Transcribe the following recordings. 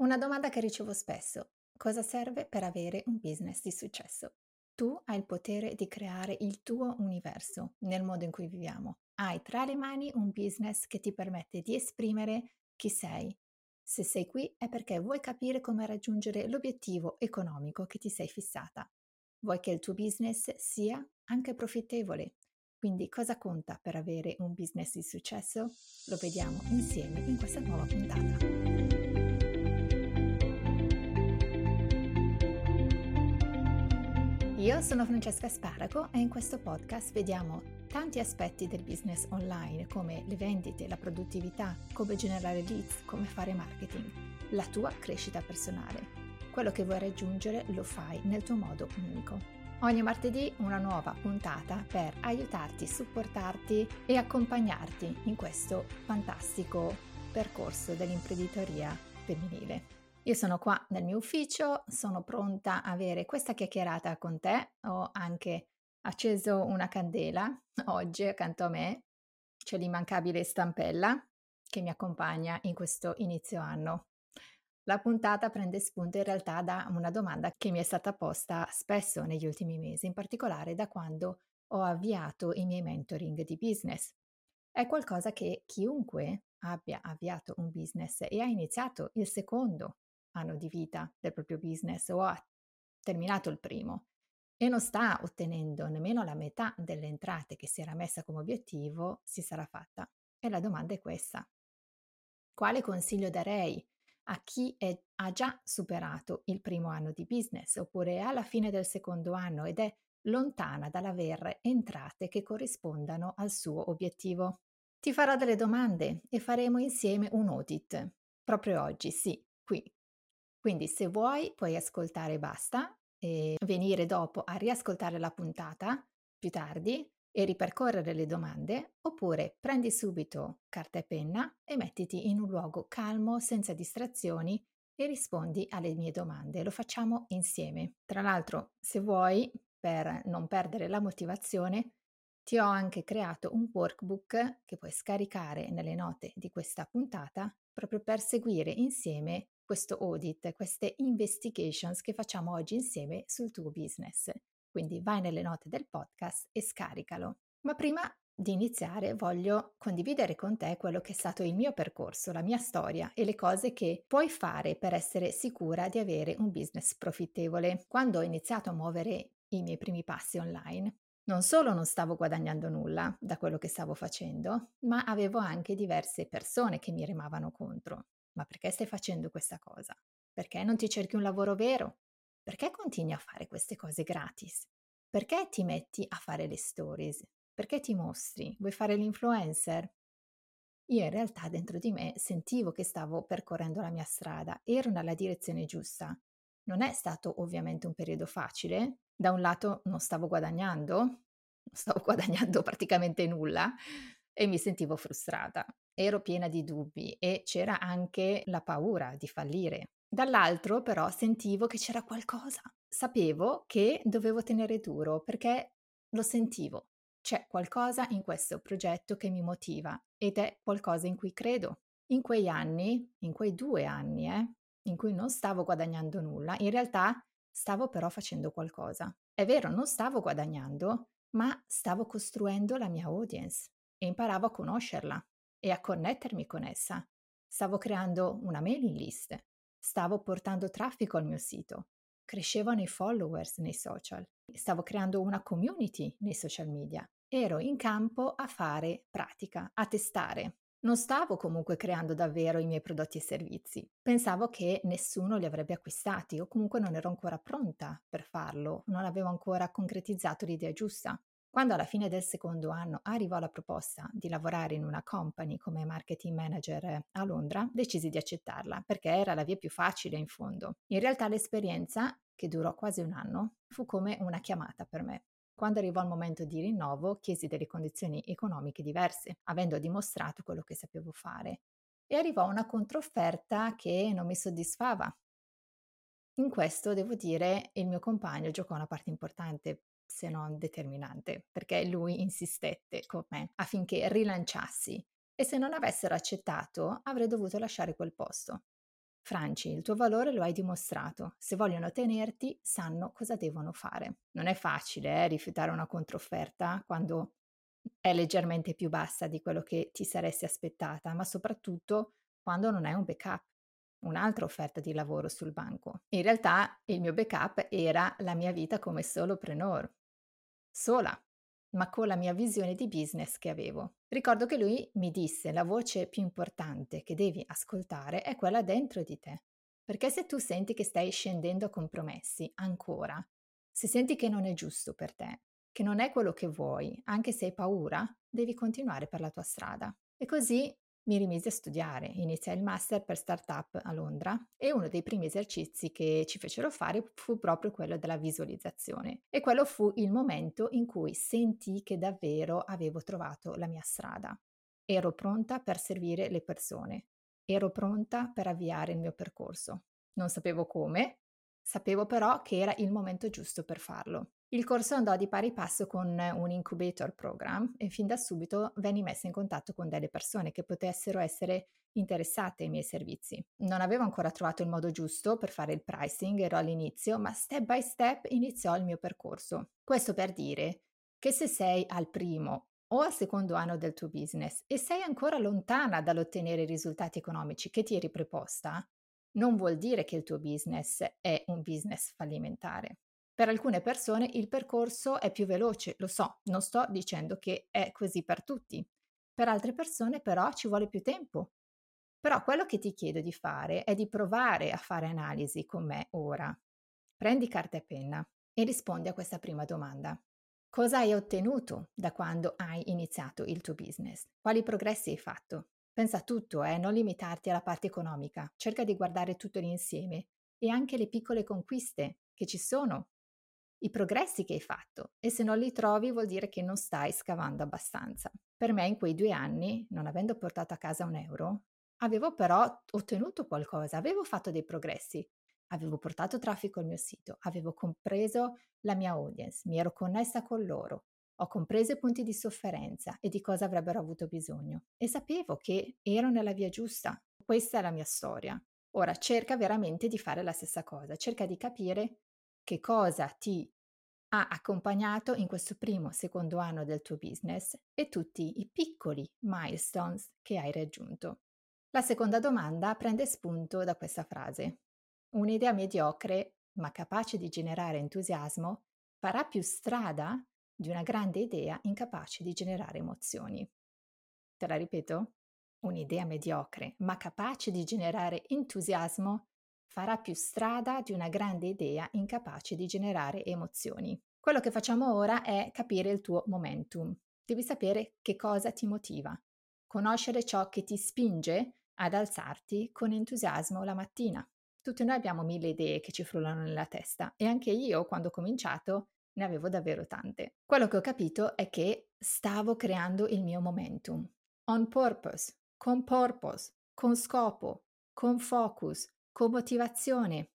Una domanda che ricevo spesso: cosa serve per avere un business di successo? Tu hai il potere di creare il tuo universo nel mondo in cui viviamo. Hai tra le mani un business che ti permette di esprimere chi sei. Se sei qui è perché vuoi capire come raggiungere l'obiettivo economico che ti sei fissata. Vuoi che il tuo business sia anche profittevole. Quindi cosa conta per avere un business di successo? Lo vediamo insieme in questa nuova puntata. Io sono Francesca Sparaco e in questo podcast vediamo tanti aspetti del business online, come le vendite, la produttività, come generare leads, come fare marketing, la tua crescita personale. Quello che vuoi raggiungere lo fai nel tuo modo unico. Ogni martedì una nuova puntata per aiutarti, supportarti e accompagnarti in questo fantastico percorso dell'imprenditoria femminile. Io sono qua nel mio ufficio, sono pronta a avere questa chiacchierata con te. Ho anche acceso una candela oggi accanto a me. C'è l'immancabile Stampella che mi accompagna in questo inizio anno. La puntata prende spunto in realtà da una domanda che mi è stata posta spesso negli ultimi mesi, in particolare da quando ho avviato i miei mentoring di business. È qualcosa che chiunque abbia avviato un business e ha iniziato il secondo anno di vita del proprio business o ha terminato il primo e non sta ottenendo nemmeno la metà delle entrate che si era messa come obiettivo, si sarà fatta. E la domanda è questa: quale consiglio darei a chi ha già superato il primo anno di business oppure è alla fine del secondo anno ed è lontana dall'avere entrate che corrispondano al suo obiettivo? Ti farò delle domande e faremo insieme un audit. Proprio oggi, sì, qui. Quindi se vuoi puoi ascoltare e basta e venire dopo a riascoltare la puntata più tardi e ripercorrere le domande, oppure prendi subito carta e penna e mettiti in un luogo calmo, senza distrazioni e rispondi alle mie domande. Lo facciamo insieme. Tra l'altro, se vuoi, per non perdere la motivazione, ti ho anche creato un workbook che puoi scaricare nelle note di questa puntata proprio per seguire insieme questo audit, queste investigations che facciamo oggi insieme sul tuo business. Quindi vai nelle note del podcast e scaricalo. Ma prima di iniziare voglio condividere con te quello che è stato il mio percorso, la mia storia e le cose che puoi fare per essere sicura di avere un business profittevole. Quando ho iniziato a muovere i miei primi passi online, non solo non stavo guadagnando nulla da quello che stavo facendo, ma avevo anche diverse persone che mi remavano contro. Ma perché stai facendo questa cosa? Perché non ti cerchi un lavoro vero? Perché continui a fare queste cose gratis? Perché ti metti a fare le stories? Perché ti mostri? Vuoi fare l'influencer? Io in realtà dentro di me sentivo che stavo percorrendo la mia strada, ero nella direzione giusta. Non è stato ovviamente un periodo facile. Da un lato non stavo guadagnando, non stavo guadagnando praticamente nulla e mi sentivo frustrata. Ero piena di dubbi e c'era anche la paura di fallire. Dall'altro però sentivo che c'era qualcosa. Sapevo che dovevo tenere duro perché lo sentivo. C'è qualcosa in questo progetto che mi motiva ed è qualcosa in cui credo. In quei anni, in quei 2 anni, in cui non stavo guadagnando nulla, in realtà stavo però facendo qualcosa. È vero, non stavo guadagnando, ma stavo costruendo la mia audience e imparavo a conoscerla e a connettermi con essa. Stavo creando una mailing list, stavo portando traffico al mio sito, crescevano i followers nei social, stavo creando una community nei social media. Ero in campo a fare pratica, a testare. Non stavo comunque creando davvero i miei prodotti e servizi. Pensavo che nessuno li avrebbe acquistati o comunque non ero ancora pronta per farlo, non avevo ancora concretizzato l'idea giusta. Quando alla fine del secondo anno arrivò la proposta di lavorare in una company come marketing manager a Londra, decisi di accettarla perché era la via più facile in fondo. In realtà l'esperienza, che durò quasi un anno, fu come una chiamata per me. Quando arrivò il momento di rinnovo, chiesi delle condizioni economiche diverse, avendo dimostrato quello che sapevo fare. E arrivò una controfferta che non mi soddisfava. In questo, devo dire, il mio compagno giocò una parte importante, se non determinante, perché lui insistette con me affinché rilanciassi e se non avessero accettato avrei dovuto lasciare quel posto. Franci, il tuo valore lo hai dimostrato. Se vogliono tenerti, sanno cosa devono fare. Non è facile, rifiutare una controfferta quando è leggermente più bassa di quello che ti saresti aspettata, ma soprattutto quando non hai un backup, un'altra offerta di lavoro sul banco. In realtà il mio backup era la mia vita come solopreneur, sola, ma con la mia visione di business che avevo. Ricordo che lui mi disse: la voce più importante che devi ascoltare è quella dentro di te, perché se tu senti che stai scendendo a compromessi ancora, se senti che non è giusto per te, che non è quello che vuoi, anche se hai paura, devi continuare per la tua strada. E così mi rimisi a studiare, iniziai il master per startup a Londra e uno dei primi esercizi che ci fecero fare fu proprio quello della visualizzazione. E quello fu il momento in cui sentii che davvero avevo trovato la mia strada. Ero pronta per servire le persone, ero pronta per avviare il mio percorso. Non sapevo come, sapevo però che era il momento giusto per farlo. Il corso andò di pari passo con un incubator program e fin da subito venni messa in contatto con delle persone che potessero essere interessate ai miei servizi. Non avevo ancora trovato il modo giusto per fare il pricing, ero all'inizio, ma step by step iniziò il mio percorso. Questo per dire che se sei al primo o al secondo anno del tuo business e sei ancora lontana dall'ottenere i risultati economici che ti eri preposta, non vuol dire che il tuo business è un business fallimentare. Per alcune persone il percorso è più veloce, lo so, non sto dicendo che è così per tutti. Per altre persone però ci vuole più tempo. Però quello che ti chiedo di fare è di provare a fare analisi con me ora. Prendi carta e penna e rispondi a questa prima domanda. Cosa hai ottenuto da quando hai iniziato il tuo business? Quali progressi hai fatto? Pensa a tutto, non limitarti alla parte economica. Cerca di guardare tutto l'insieme e anche le piccole conquiste che ci sono, i progressi che hai fatto. E se non li trovi vuol dire che non stai scavando abbastanza. Per me in quei 2 anni, non avendo portato a casa un euro, avevo però ottenuto qualcosa, avevo fatto dei progressi. Avevo portato traffico al mio sito, avevo compreso la mia audience, mi ero connessa con loro, ho compreso i punti di sofferenza e di cosa avrebbero avuto bisogno e sapevo che ero nella via giusta. Questa è la mia storia. Ora cerca veramente di fare la stessa cosa, cerca di capire che cosa ti ha accompagnato in questo primo, secondo anno del tuo business e tutti i piccoli milestones che hai raggiunto. La seconda domanda prende spunto da questa frase. Un'idea mediocre, ma capace di generare entusiasmo, farà più strada di una grande idea incapace di generare emozioni. Te la ripeto? Un'idea mediocre, ma capace di generare entusiasmo, farà più strada di una grande idea incapace di generare emozioni. Quello che facciamo ora è capire il tuo momentum. Devi sapere che cosa ti motiva, conoscere ciò che ti spinge ad alzarti con entusiasmo la mattina. Tutti noi abbiamo 1000 idee che ci frullano nella testa e anche io, quando ho cominciato, ne avevo davvero tante. Quello che ho capito è che stavo creando il mio momentum. On purpose, con scopo, con focus, con motivazione.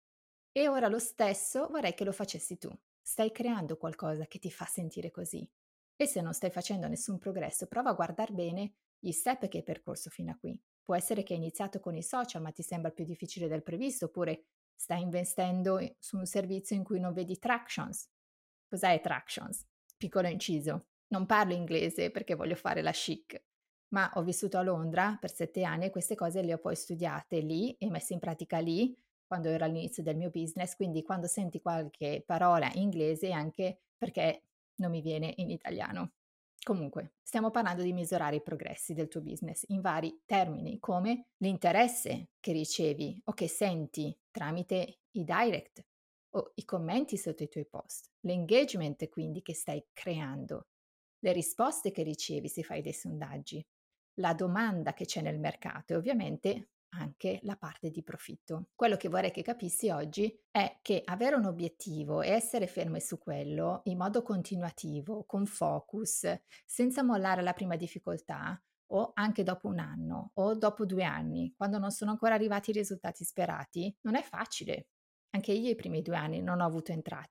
E ora lo stesso vorrei che lo facessi tu. Stai creando qualcosa che ti fa sentire così. E se non stai facendo nessun progresso, prova a guardare bene gli step che hai percorso fino a qui. Può essere che hai iniziato con i social, ma ti sembra più difficile del previsto, oppure stai investendo su un servizio in cui non vedi tractions. Cos'è tractions? Piccolo inciso. Non parlo inglese perché voglio fare la chic, ma ho vissuto a Londra per 7 anni e queste cose le ho poi studiate lì e messe in pratica lì quando ero all'inizio del mio business, quindi quando senti qualche parola in inglese è anche perché non mi viene in italiano. Comunque, stiamo parlando di misurare i progressi del tuo business in vari termini, come l'interesse che ricevi o che senti tramite i direct o i commenti sotto i tuoi post, l'engagement quindi che stai creando, le risposte che ricevi se fai dei sondaggi, la domanda che c'è nel mercato e ovviamente anche la parte di profitto. Quello che vorrei che capissi oggi è che avere un obiettivo e essere ferme su quello in modo continuativo, con focus, senza mollare la prima difficoltà o anche dopo un anno o dopo 2 anni, quando non sono ancora arrivati i risultati sperati, non è facile. Anche io i primi 2 anni non ho avuto entrate,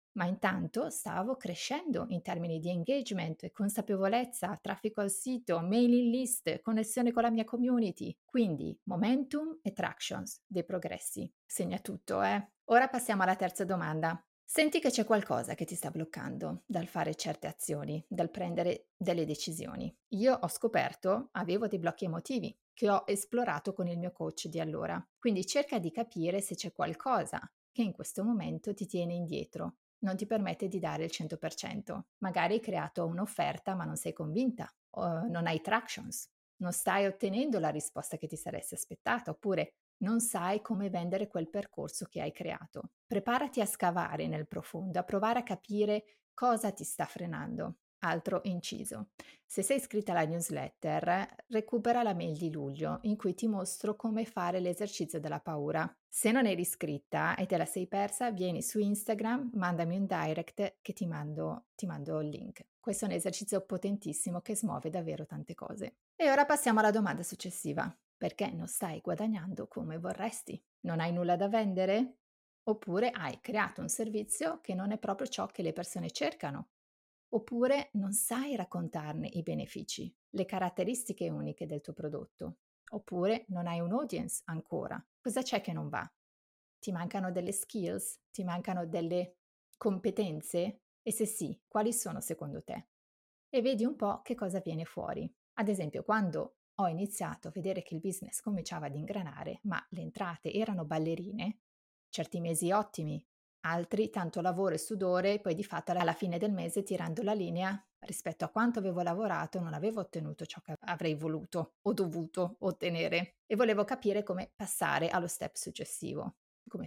ma intanto stavo crescendo in termini di engagement, consapevolezza, traffico al sito, mailing list, connessione con la mia community. Quindi momentum e tractions dei progressi. Segna tutto, eh? Ora passiamo alla terza domanda. Senti che c'è qualcosa che ti sta bloccando dal fare certe azioni, dal prendere delle decisioni. Io ho scoperto, avevo dei blocchi emotivi che ho esplorato con il mio coach di allora. Quindi cerca di capire se c'è qualcosa che in questo momento ti tiene indietro, non ti permette di dare il 100%. Magari hai creato un'offerta ma non sei convinta, o non hai tractions, non stai ottenendo la risposta che ti saresti aspettata, oppure non sai come vendere quel percorso che hai creato. Preparati a scavare nel profondo, a provare a capire cosa ti sta frenando. Altro inciso. Se sei iscritta alla newsletter, recupera la mail di luglio in cui ti mostro come fare l'esercizio della paura. Se non eri iscritta e te la sei persa, vieni su Instagram, mandami un direct che ti mando il link. Questo è un esercizio potentissimo che smuove davvero tante cose. E ora passiamo alla domanda successiva. Perché non stai guadagnando come vorresti? Non hai nulla da vendere? Oppure hai creato un servizio che non è proprio ciò che le persone cercano? Oppure non sai raccontarne i benefici, le caratteristiche uniche del tuo prodotto? Oppure non hai un audience ancora? Cosa c'è che non va? Ti mancano delle skills? Ti mancano delle competenze? E se sì, quali sono secondo te? E vedi un po' che cosa viene fuori. Ad esempio, quando ho iniziato a vedere che il business cominciava ad ingranare, ma le entrate erano ballerine, certi mesi ottimi, altri tanto lavoro e sudore, poi di fatto alla fine del mese tirando la linea rispetto a quanto avevo lavorato non avevo ottenuto ciò che avrei voluto o dovuto ottenere e volevo capire come passare allo step successivo, come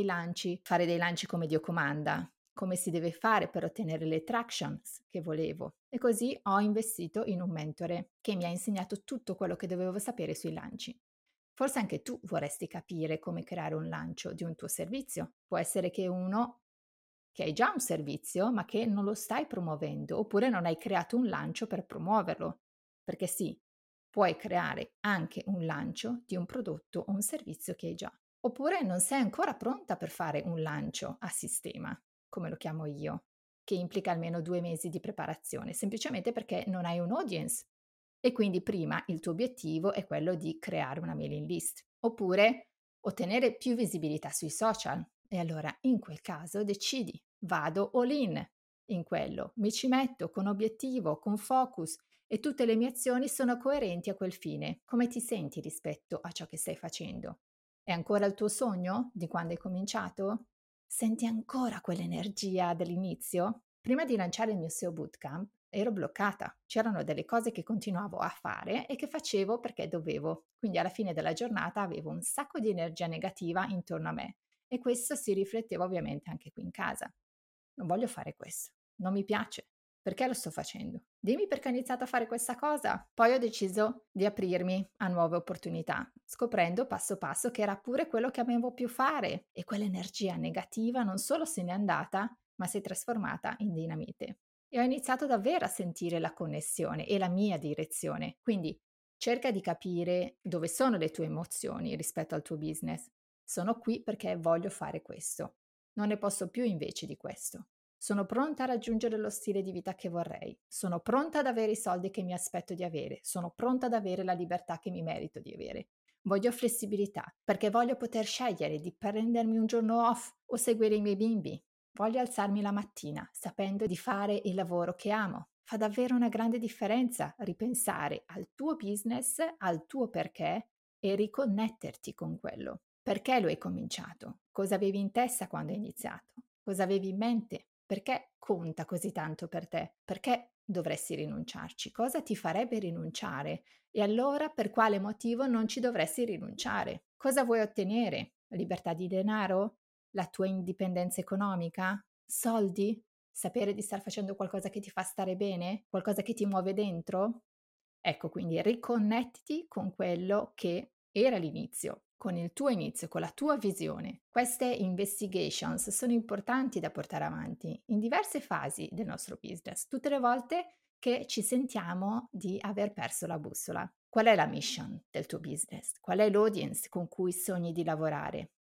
fare dei lanci come Dio comanda, come si deve fare per ottenere le tractions che volevo. E così ho investito in un mentore che mi ha insegnato tutto quello che dovevo sapere sui lanci. Forse anche tu vorresti capire come creare un lancio di un tuo servizio. Può essere che uno che hai già un servizio ma che non lo stai promuovendo, oppure non hai creato un lancio per promuoverlo. Perché sì, puoi creare anche un lancio di un prodotto o un servizio che hai già. Oppure non sei ancora pronta per fare un lancio a sistema, come lo chiamo io, che implica almeno 2 mesi di preparazione, semplicemente perché non hai un audience e quindi prima il tuo obiettivo è quello di creare una mailing list, oppure ottenere più visibilità sui social. E allora in quel caso decidi, vado all in quello, mi ci metto con obiettivo, con focus e tutte le mie azioni sono coerenti a quel fine. Come ti senti rispetto a ciò che stai facendo? È ancora il tuo sogno di quando hai cominciato? Senti ancora quell'energia dell'inizio? Prima di lanciare il mio SEO Bootcamp ero bloccata, c'erano delle cose che continuavo a fare e che facevo perché dovevo, quindi alla fine della giornata avevo un sacco di energia negativa intorno a me e questo si rifletteva ovviamente anche qui in casa. Non voglio fare questo, non mi piace. Perché lo sto facendo? Dimmi perché ho iniziato a fare questa cosa. Poi ho deciso di aprirmi a nuove opportunità, scoprendo passo passo che era pure quello che avevo più fare e quell'energia negativa non solo se n'è andata, ma si è trasformata in dinamite. E ho iniziato davvero a sentire la connessione e la mia direzione. Quindi cerca di capire dove sono le tue emozioni rispetto al tuo business. Sono qui perché voglio fare questo. Non ne posso più invece di questo. Sono pronta a raggiungere lo stile di vita che vorrei. Sono pronta ad avere i soldi che mi aspetto di avere. Sono pronta ad avere la libertà che mi merito di avere. Voglio flessibilità perché voglio poter scegliere di prendermi un giorno off o seguire i miei bimbi. Voglio alzarmi la mattina sapendo di fare il lavoro che amo. Fa davvero una grande differenza ripensare al tuo business, al tuo perché e riconnetterti con quello. Perché lo hai cominciato? Cosa avevi in testa quando hai iniziato? Cosa avevi in mente? Perché conta così tanto per te? Perché dovresti rinunciarci? Cosa ti farebbe rinunciare? E allora per quale motivo non ci dovresti rinunciare? Cosa vuoi ottenere? Libertà di denaro? La tua indipendenza economica? Soldi? Sapere di star facendo qualcosa che ti fa stare bene? Qualcosa che ti muove dentro? Ecco, quindi riconnettiti con quello che era l'inizio, con il tuo inizio, con la tua visione. Queste investigations sono importanti da portare avanti in diverse fasi del nostro business, tutte le volte che ci sentiamo di aver perso la bussola. Qual è la mission del tuo business? Qual è l'audience con cui sogni di lavorare?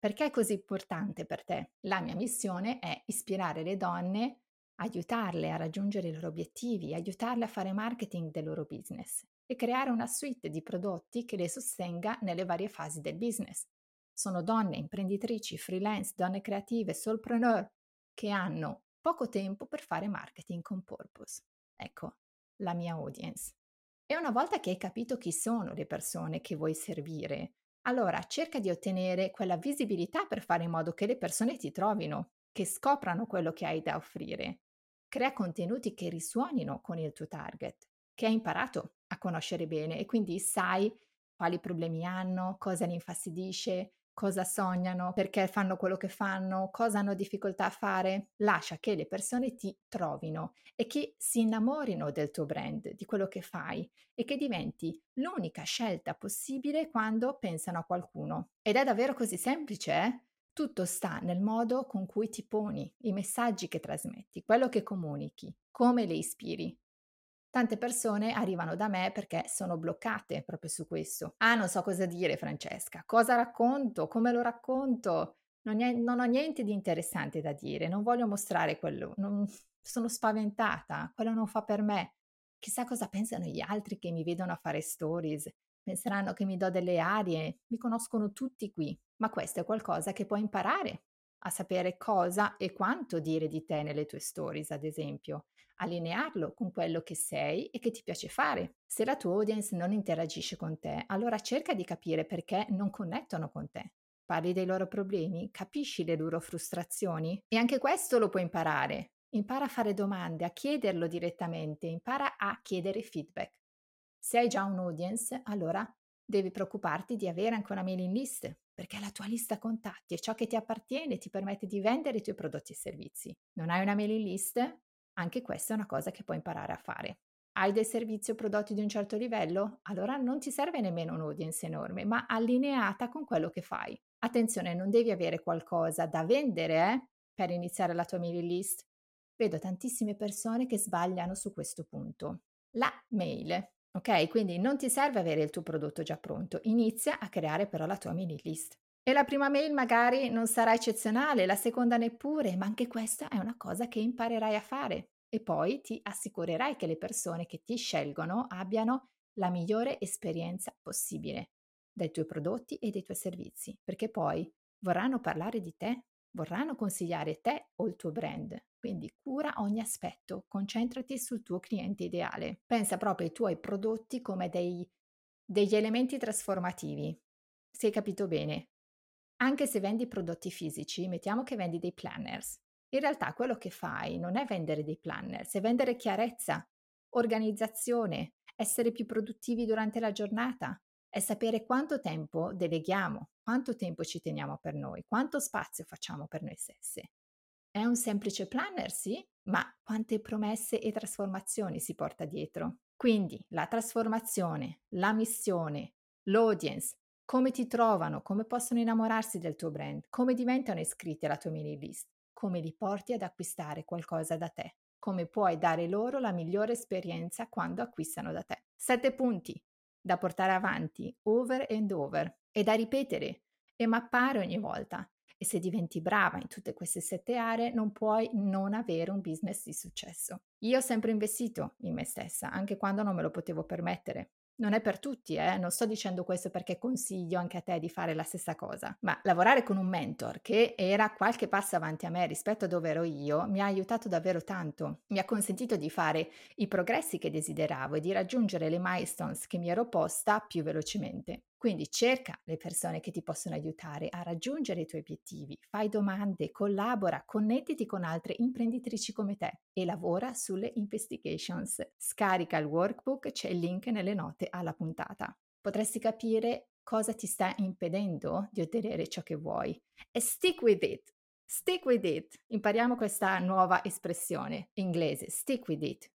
Perché è così importante per te? La mia missione è ispirare le donne, aiutarle a raggiungere i loro obiettivi, aiutarle a fare marketing del loro business e creare una suite di prodotti che le sostenga nelle varie fasi del business. Sono donne imprenditrici, freelance, donne creative, solopreneur che hanno poco tempo per fare marketing con purpose. Ecco, la mia audience. E una volta che hai capito chi sono le persone che vuoi servire, allora cerca di ottenere quella visibilità per fare in modo che le persone ti trovino, che scoprano quello che hai da offrire. Crea contenuti che risuonino con il tuo target, che hai imparato a conoscere bene e quindi sai quali problemi hanno, cosa li infastidisce, cosa sognano, perché fanno quello che fanno, cosa hanno difficoltà a fare. Lascia che le persone ti trovino e che si innamorino del tuo brand, di quello che fai e che diventi l'unica scelta possibile quando pensano a qualcuno. Ed è davvero così semplice, eh? Tutto sta nel modo con cui ti poni, i messaggi che trasmetti, quello che comunichi, come le ispiri. Tante persone arrivano da me perché sono bloccate proprio su questo. Ah, non so cosa dire, Francesca, cosa racconto, come lo racconto. Non ho niente di interessante da dire, non voglio mostrare quello, sono spaventata, quello non fa per me. Chissà cosa pensano gli altri che mi vedono a fare stories. Penseranno che mi do delle arie, mi conoscono tutti qui, ma questo è qualcosa che puoi imparare a sapere cosa e quanto dire di te nelle tue stories, ad esempio allinearlo con quello che sei e che ti piace fare. Se la tua audience non interagisce con te, allora cerca di capire perché non connettono con te. Parli dei loro problemi, capisci le loro frustrazioni e anche questo lo puoi imparare. Impara a fare domande, a chiederlo direttamente, impara a chiedere feedback. Se hai già un audience, allora devi preoccuparti di avere anche una mailing list, perché la tua lista contatti è ciò che ti appartiene e ti permette di vendere i tuoi prodotti e servizi. Non hai una mailing list? Anche questa è una cosa che puoi imparare a fare. Hai dei servizi o prodotti di un certo livello? Allora non ti serve nemmeno un'audience enorme, ma allineata con quello che fai. Attenzione, non devi avere qualcosa da vendere, per iniziare la tua mailing list. Vedo tantissime persone che sbagliano su questo punto. La mail. Ok, quindi non ti serve avere il tuo prodotto già pronto, inizia a creare però la tua mailing list. E la prima mail magari non sarà eccezionale, la seconda neppure, ma anche questa è una cosa che imparerai a fare. E poi ti assicurerai che le persone che ti scelgono abbiano la migliore esperienza possibile dai tuoi prodotti e dei tuoi servizi, perché poi vorranno parlare di te, vorranno consigliare te o il tuo brand. Quindi cura ogni aspetto, concentrati sul tuo cliente ideale. Pensa proprio ai tuoi prodotti come degli elementi trasformativi. Se hai capito bene, anche se vendi prodotti fisici, mettiamo che vendi dei planners. In realtà quello che fai non è vendere dei planners, è vendere chiarezza, organizzazione, essere più produttivi durante la giornata, è sapere quanto tempo deleghiamo, quanto tempo ci teniamo per noi, quanto spazio facciamo per noi stessi. È un semplice planner, sì, ma quante promesse e trasformazioni si porta dietro. Quindi la trasformazione, la missione, l'audience, come ti trovano, come possono innamorarsi del tuo brand, come diventano iscritti alla tua mailing list, come li porti ad acquistare qualcosa da te, come puoi dare loro la migliore esperienza quando acquistano da te. 7 punti da portare avanti over and over e da ripetere e mappare ogni volta. E se diventi brava in tutte queste 7 aree, non puoi non avere un business di successo. Io ho sempre investito in me stessa, anche quando non me lo potevo permettere. Non è per tutti, non sto dicendo questo perché consiglio anche a te di fare la stessa cosa, ma lavorare con un mentor che era qualche passo avanti a me rispetto a dove ero io mi ha aiutato davvero tanto. Mi ha consentito di fare i progressi che desideravo e di raggiungere le milestones che mi ero posta più velocemente. Quindi cerca le persone che ti possono aiutare a raggiungere i tuoi obiettivi, fai domande, collabora, connettiti con altre imprenditrici come te e lavora sulle investigations. Scarica il workbook, c'è il link nelle note alla puntata. Potresti capire cosa ti sta impedendo di ottenere ciò che vuoi e stick with it. Stick with it. Impariamo questa nuova espressione inglese, stick with it.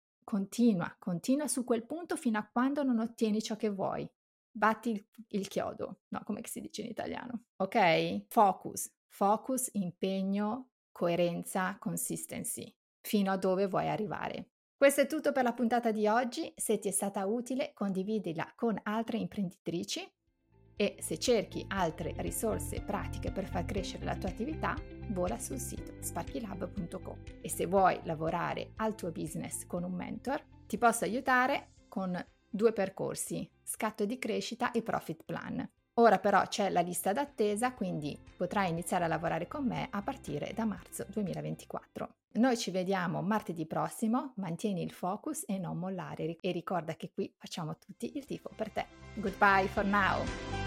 Continua su quel punto fino a quando non ottieni ciò che vuoi. Batti il chiodo, no, come si dice in italiano? Ok? Focus, impegno, coerenza, consistency, fino a dove vuoi arrivare. Questo è tutto per la puntata di oggi. Se ti è stata utile, condividila con altre imprenditrici E se cerchi altre risorse pratiche per far crescere la tua attività, vola sul sito sparkylab.com. E se vuoi lavorare al tuo business con un mentor, ti posso aiutare con 2 percorsi, scatto di crescita e profit plan. Ora però c'è la lista d'attesa, quindi potrai iniziare a lavorare con me a partire da marzo 2024. Noi ci vediamo martedì prossimo, mantieni il focus e non mollare e ricorda che qui facciamo tutti il tifo per te. Goodbye for now!